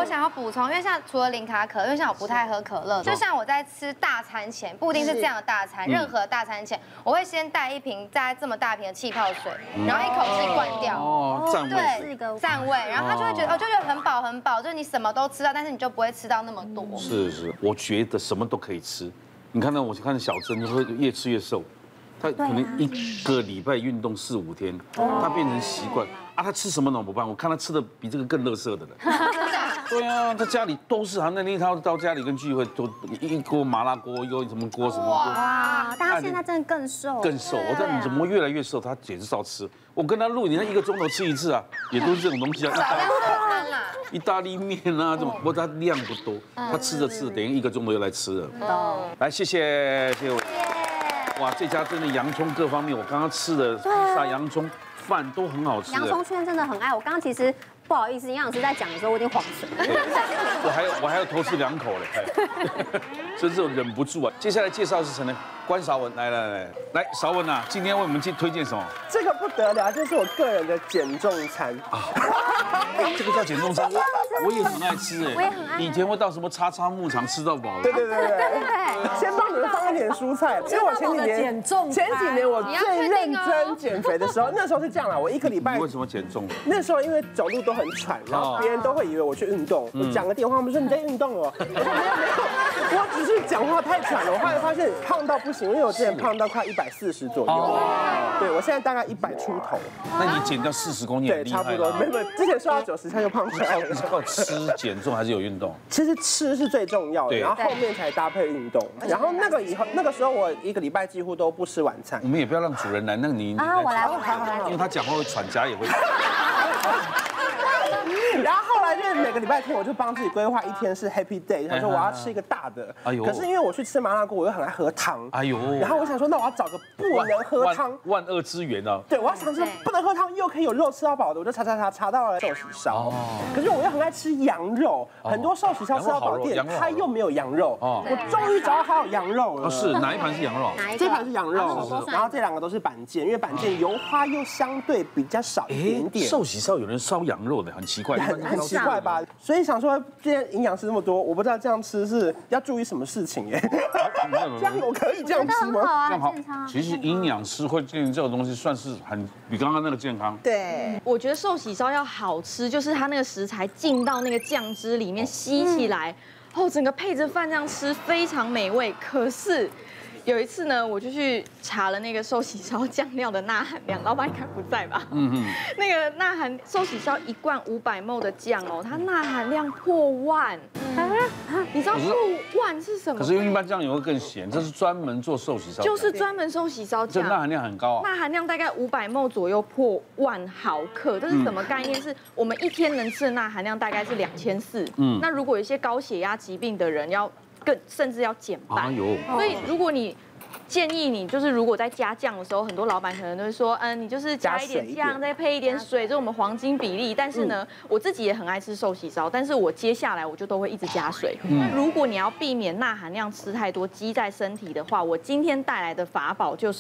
我想要补充，因为像除了零卡可，因为像我不太喝可乐，就像我在吃大餐前，不一定是这样的大餐，任何大餐前，我会先带一瓶大概这么大瓶的气泡水，然后一口气灌掉。 哦，占位。 对，占位，然后他就会觉得很饱很饱，就是你什么都吃到，但是你就不会吃到那么多。 是，我觉得什么都可以吃。你看到我看小珍，就会越吃越瘦。他可能1个礼拜运动4、5天，他变成习惯啊。他吃什么怎么办？我看他吃的比这个更垃圾的了。对啊，他家里都是，那一套到家里跟聚会都一锅麻辣锅，又什么锅什么锅。 哇，大家现在真的更瘦。 更瘦，我说你怎么越来越瘦？他简直照吃。我跟他录，你看1个钟头吃1次啊，也都是这种东西啊。意大利面啊，这种，不过它量不多，他吃着吃着，等于1个钟头又来吃了。来，谢谢我。哇，这家真的洋葱各方面，我刚刚吃的披萨、洋葱饭都很好吃。 洋葱圈真的很爱，我刚刚其实不好意思，营养师在讲的时候我已经晃神了。 我还要偷吃2口嘞，真是忍不住啊！接下来介绍是谁呢？关韶文，来，韶文啊，今天为我们推荐什么？ 这个不得了，这是我个人的减重餐啊！ 这个叫减重餐，我也很爱吃哎， 我也很爱。 以前会到什么叉叉牧场吃到饱。 对。先帮你们放一点蔬菜，因为我前几年我最认真减肥的时候，那时候是这样啦，我1个礼拜。 为什么减重？ 那时候因为走路都很喘，然后别人都会以为我去运动。我讲个电话，他们说你在运动哦，我说没有，我只是讲话太喘了。我后来发现胖到不行，因为我之前胖到快140左右。对，我现在大概100出头。 那你减掉40公斤， 对，差不多。没有，之前瘦到90，他就胖出来了。 你是靠吃减重还是有运动？ 其实吃是最重要的，然后后面才搭配运动。然后那个时候我1个礼拜几乎都不吃晚餐。 我们也不要让主人来，那你我来， 因为他讲话会喘夹也会。 然后后来就是每个礼拜天，我就帮自己规划1天是 Happy Day，他说我要吃一个大的。哎呦！可是因为我去吃麻辣锅，我又很爱喝汤。哎呦！然后我想说，那我要找个不能喝汤， 万恶之源啊。 对，我要想说不能喝汤又可以有肉吃到饱的，我就查到了寿喜烧。可是我又很爱吃羊肉，很多寿喜烧吃到饱店它又没有羊肉。我终于找到它有羊肉了。 是哪一盘是羊肉？ 这盘是羊肉，然后这2个都是板腱，因为板腱油花又相对比较少一点点。寿喜烧有人烧羊肉的，很奇怪。 很奇怪吧？所以想说，今天营养师这么多，我不知道这样吃是要注意什么事情耶。这样我可以这样吃吗？ 这样好， 其实营养师会建议这种东西算是比刚刚那个健康。 对，我觉得寿喜烧要好吃，就是它那个食材进到那个酱汁里面吸起来，整个配着饭这样吃非常美味。可是有一次呢，我就去查了那个寿喜烧酱料的钠含量，老板应该不在吧？那个钠含寿喜烧1罐500ml的酱哦，它钠含量破万。你知道破万是什么？ 可是因为一般酱油会更咸，这是专门做寿喜烧， 就是专门寿喜烧酱， 这钠含量很高啊。 钠含量大概500ml左右，破1毫克。这是什么概念？是我们1天能吃的钠含量大概是2400。那如果有一些高血压疾病的人要甚至要减半。所以如果你建议你就是如果在加酱的时候，很多老板可能都会说，你就是加一点酱，再配一点水，这是我们黄金比例。但是呢，我自己也很爱吃寿喜烧，但是我接下来我就都会一直加水。那如果你要避免钠含量吃太多积在身体的话，我今天带来的法宝就是。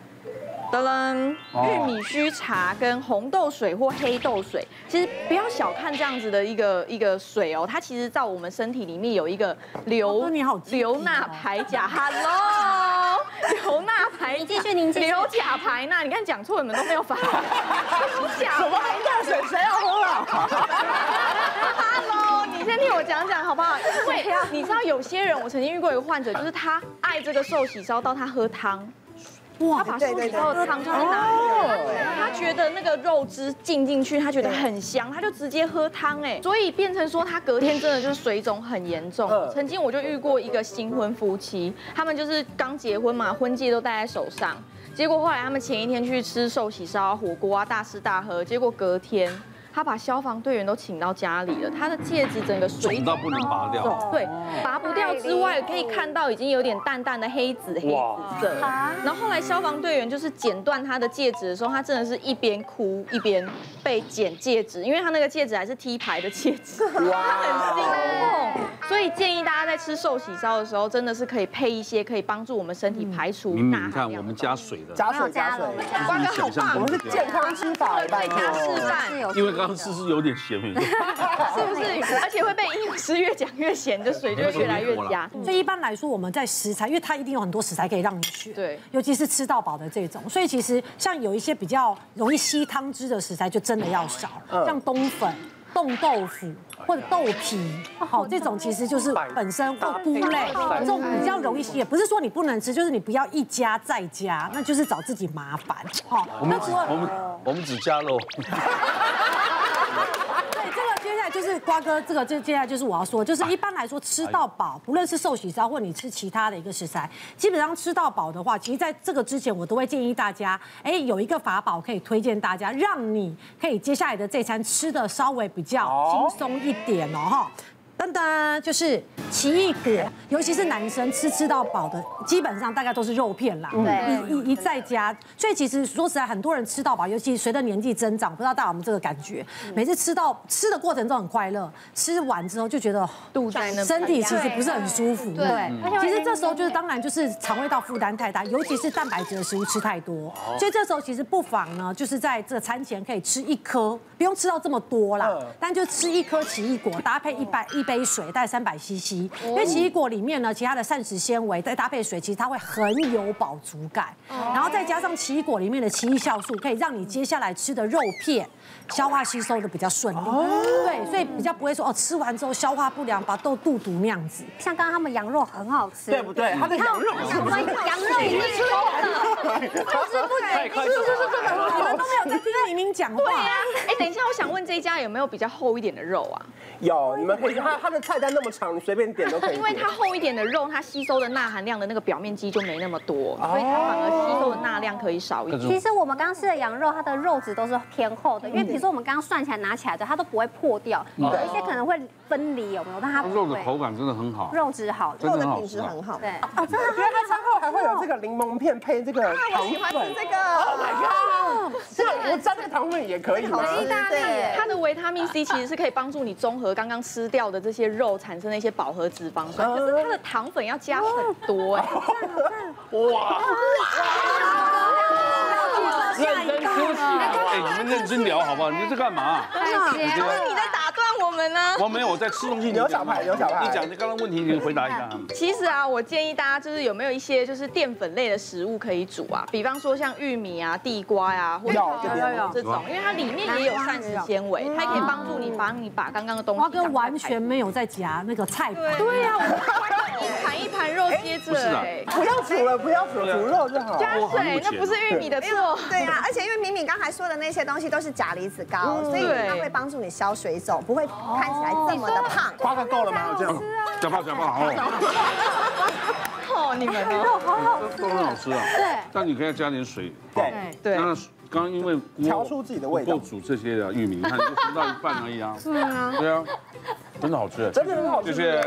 玉米须茶跟红豆水或黑豆水，其实不要小看这样子的一个水哦，它其实在我们身体里面有一个硫钠排钾 ，Hello， 硫钠排， 你继续， 硫钾排钠，你看讲错你们都没有法， 什么红豆水谁要喝啊 ？Hello， 你先听我讲讲好不好？因为你知道有些人，我曾经遇过一个患者，就是他爱这个寿喜烧到他喝汤。他把寿喜烧的汤就是拿，他觉得那个肉汁进去，他觉得很香，他就直接喝汤所以变成说他隔天真的就是水肿很严重。曾经我就遇过一个新婚夫妻，他们就是刚结婚嘛，婚戒都戴在手上，结果后来他们前一天去吃寿喜烧、火锅啊，大吃大喝，结果隔天。他把消防队员都请到家里了，他的戒指整个水肿到不能拔掉， 对，拔不掉之外，可以看到已经有点淡淡的黑紫色。然后后来消防队员就是剪断他的戒指的时候，他真的是一边哭一边被剪戒指，因为他那个戒指还是 T 牌的戒指，他很心痛。所以建议大家在吃寿喜烧的时候，真的是可以配一些可以帮助我们身体排除钠含量。 你看我们加水的， 加水， 瓜哥好棒， 我们是健康吃法， 对加示范， 因为刚刚吃是有点咸，没错， 是不是？而且会被营养师越讲越咸，的水就会越来越加。 所以一般来说，我们在食材，因为它一定有很多食材可以让你选， 对， 尤其是吃到饱的这种，所以其实像有一些比较容易吸汤汁的食材，就真的要少，像冬粉、冻豆腐或者豆皮，好，这种其实就是本身或菇类这种比较容易吸，也不是说你不能吃，就是你不要一加再加，那就是找自己麻烦。好， 我们只加肉。 接下来就是瓜哥，这个接下来就是我要说，就是一般来说吃到饱，不论是寿喜烧或你吃其他的一个食材，基本上吃到饱的话，其实在这个之前我都会建议大家，有一个法宝可以推荐大家，让你可以接下来的这餐吃的稍微比较轻松一点哦哈。噔噔，就是奇异果，尤其是男生吃到饱的，基本上大概都是肉片啦，一再加，所以其实说实在，很多人吃到饱，尤其随着年纪增长，不知道大家有没有这个感觉？每次吃的过程中很快乐，吃完之后就觉得肚在那，身体其实不是很舒服，对。其实这时候就是当然就是肠胃道负担太大，尤其是蛋白质的食物吃太多，所以这时候其实不妨呢，就是在这个餐前可以吃1颗，不用吃到这么多啦，但就吃1颗奇异果，搭配一杯水，大概300cc，因为奇异果里面呢，其他的膳食纤维再搭配水，其实它会很有饱足感，然后再加上奇异果里面的奇异酵素，可以让你接下来吃的肉片消化吸收的比较顺利，对，所以比较不会说吃完之后消化不良，把肚肚那样子。 像刚刚他们羊肉很好吃， 对不对？他的羊肉是不是？ 羊肉已经说了， 就是不给， 你们都没有在听明明讲话。 对呀，等一下，我想问这一家有没有比较厚一点的肉啊？ 有，你们可以，它的菜单那么长，你随便点都可以。 因为它厚一点的肉，它吸收的钠含量的那个表面积就没那么多，所以它反而吸收的钠量可以少一点。 其实我们刚刚吃的羊肉，它的肉质都是偏厚的，因为比如说我们刚刚涮起来拿起来的，它都不会破掉，有一些可能会分离，有没有？但它肉的口感真的很好， 肉质好， 肉的品质很好。 对， 哦，真的，因为它餐后还会有这个柠檬片配这个糖粉， 这个 ，Oh my god！ 这我蘸这个糖粉也可以吗？ 意大利， 它的维他命 C 其实是可以帮助你中和刚刚吃掉的这些肉产生的一些饱和脂肪酸，可是它的糖粉要加很多哇！认真吃起来，你们认真聊好不好？你在干嘛？ 你在打断我们呢？ 我没有，我在吃东西。 牛小排，你讲你刚刚问题，你回答一下。 其实啊，我建议大家就是有没有一些就是淀粉类的食物可以煮啊，比方说像玉米啊、地瓜呀，或者这种，因为它里面也有膳食纤维，它可以帮助你把刚刚的东西。 瓜哥完全没有在夹那个菜盘。 对呀，一盘肉接着。 不要煮了，煮肉就好。 加水，那不是玉米的错。 对啊，而且因为敏敏刚才说的那些东西都是钾离子高，所以它会帮助你消水肿，不会看起来这么的胖。 瓜哥够了吗？这样。 讲吧， 哦，你们肉好好吃， 都很好吃啊。 对， 但你可以加点水。 对。 那刚刚因为调出自己的味道， 不够煮这些的玉米，你看就煮到一半而已啊。是啊。对啊，真的好吃， 真的很好吃。 谢谢。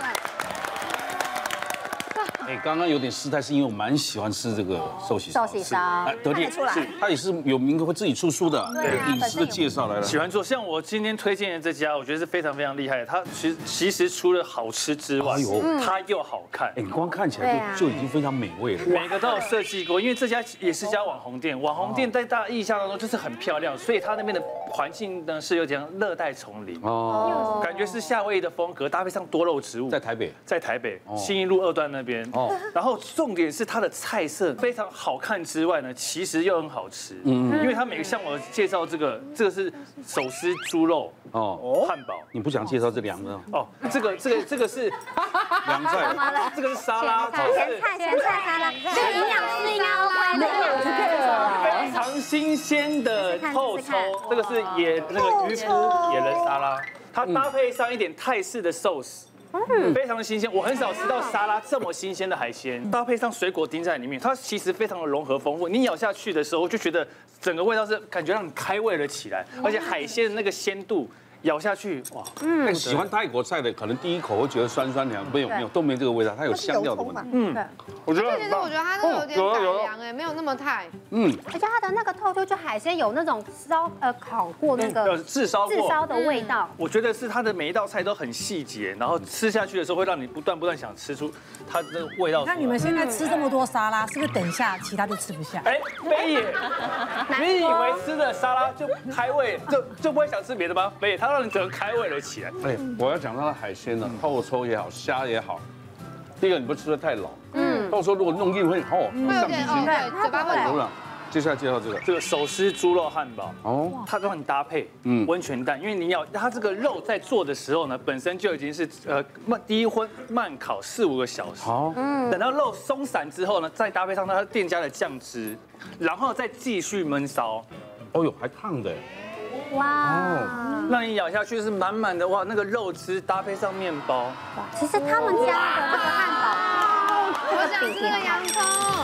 刚刚有点失态，是因为我蛮喜欢吃这个寿喜烧。得力是，他也是有名会自己出书的，饮食的介绍来了。 喜欢做，像我今天推荐的这家，我觉得是非常非常厉害的。它其实除了好吃之外，它又好看。 你光看起来就已经非常美味了。 每个都有设计过，因为这家也是家网红店，网红店在大家印象当中就是很漂亮，所以它那边的环境呢是有点热带丛林哦，感觉是夏威夷的风格，搭配上多肉植物。 在台北， 信义路2段那边。然后重点是它的菜色非常好看之外呢，其实又很好吃。因为它每个像我介绍这个是手撕猪肉汉堡。 你不想介绍这两个？ 这个是凉菜，这个是沙拉， 前菜沙拉，这个营养师应该 OK 的。 非常新鲜的透抽，这个是鱼脯野人沙拉，它搭配上一点泰式的寿司。非常新鲜，我很少吃到沙拉这么新鲜的海鲜，搭配上水果丁在里面，它其实非常的融合丰富。你咬下去的时候，就觉得整个味道是感觉让你开胃了起来，而且海鲜的那个鲜度咬下去，哇， 但喜欢泰国菜的，可能第一口会觉得酸酸凉，没有都没这个味道，它有香料的味道。 我觉得其实我觉得它那个有点改良哎，没有那么太。 而且它的那个透就海鲜有那种烤过那个炙烧的味道。 我觉得是它的每一道菜都很细节，然后吃下去的时候会让你不断想吃出它的味道。 那你们现在吃这么多沙拉，是不是等一下其他就吃不下？ 哎，飞爷，你以为吃的沙拉就开胃，就不会想吃别的吗？飞爷，它让你整个开胃了起来。 哎，我要讲到它的海鲜呢，透抽也好，虾也好。第一个你不吃的太老，到时候如果弄硬会会有点对，嘴巴会有。接下来介绍这个手撕猪肉汉堡哦，它让你搭配温泉蛋，因为你要它这个肉在做的时候呢，本身就已经是低温慢烤4-5个小时，等到肉松散之后呢，再搭配上它店家的酱汁，然后再继续焖烧。 哦呦，还烫的。 哇！ 让你咬下去是满满的哇，那个肉汁搭配上面包。 哇，其实他们家的这个汉堡， 我想吃那个洋葱。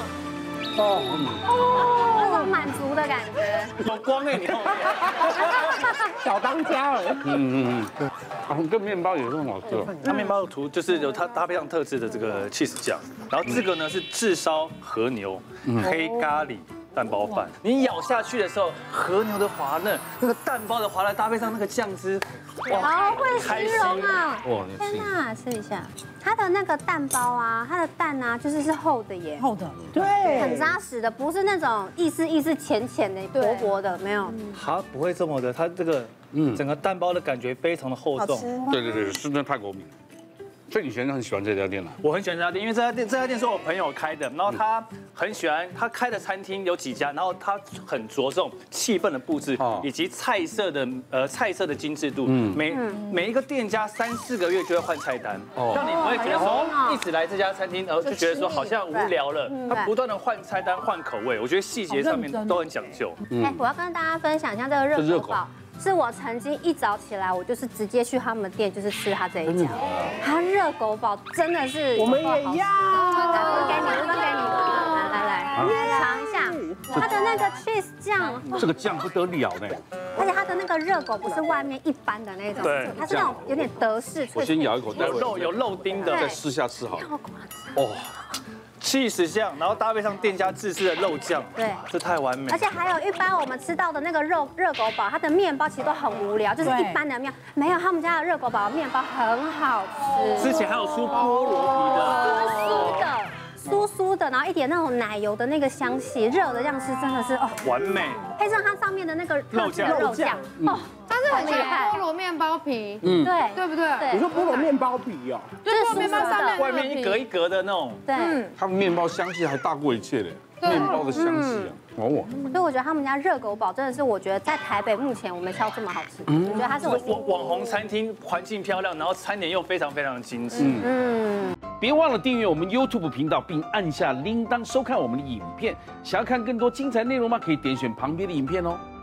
那种满足的感觉。 有光哎，你后面。 小当家了。 这面包也是很好吃。 它面包的图就是有它搭配上特制的这个 cheese 酱，然后这个呢是炙烧和牛黑咖喱蛋包饭。你咬下去的时候，和牛的滑嫩，那个蛋包的滑嫩搭配上那个酱汁， 好会形容啊！ 哇， 天哪，试一下。它的那个蛋包啊，它的蛋啊，是厚的耶， 厚的， 对，很扎实的，不是那种意思浅浅的、薄薄的，没有。 它不会这么的，它这个整个蛋包的感觉非常的厚重。 对，是那泰国米。所以你很喜欢这家店了？ 我很喜欢这家店，因为这家店是我朋友开的，然后他很喜欢他开的餐厅有几家，然后他很着重气氛的布置以及菜色的精致度。每一个店家3-4个月就会换菜单，让你不会觉得说一直来这家餐厅，就觉得说好像无聊了。他不断的换菜单、换口味，我觉得细节上面都很讲究。 哎，我要跟大家分享，像这个热狗堡。是我曾经一早起来，我就是直接去他们店，就是吃他这一家。他热狗堡真的是， 我们也要， 给你，来尝一下它的那个 cheese 酱， 这个酱不得了呢。 而且它的那个热狗不是外面一般的那种，它是那种有点德式。 我先咬一口， 有肉丁的， 再试下吃好了。 哦。cheese 酱，然后搭配上店家自制的肉酱， 对， 这太完美。 而且还有一般我们吃到的那个热狗堡，它的面包其实都很无聊，就是一般的面，没有他们家的热狗堡面包很好吃。 之前还有酥菠萝皮的， 酥酥的，然后一点那种奶油的那个香气，热的这样吃真的是哦， 完美。 配上它上面的那个肉酱， 哦， 但是很像菠萝面包皮，对不对？ 你说菠萝面包皮哦， 就是菠萝面包上面外面一格一格的那种， 对， 他们面包香气还大过一切嘞，面包的香气啊， 所以我觉得他们家热狗堡真的是，我觉得在台北目前我没吃到这么好吃，我觉得它是网红餐厅，环境漂亮，然后餐点又非常的精致。 别忘了订阅我们 YouTube 频道，并按下铃铛收看我们的影片。想要看更多精彩内容吗？可以点选旁边的影片哦。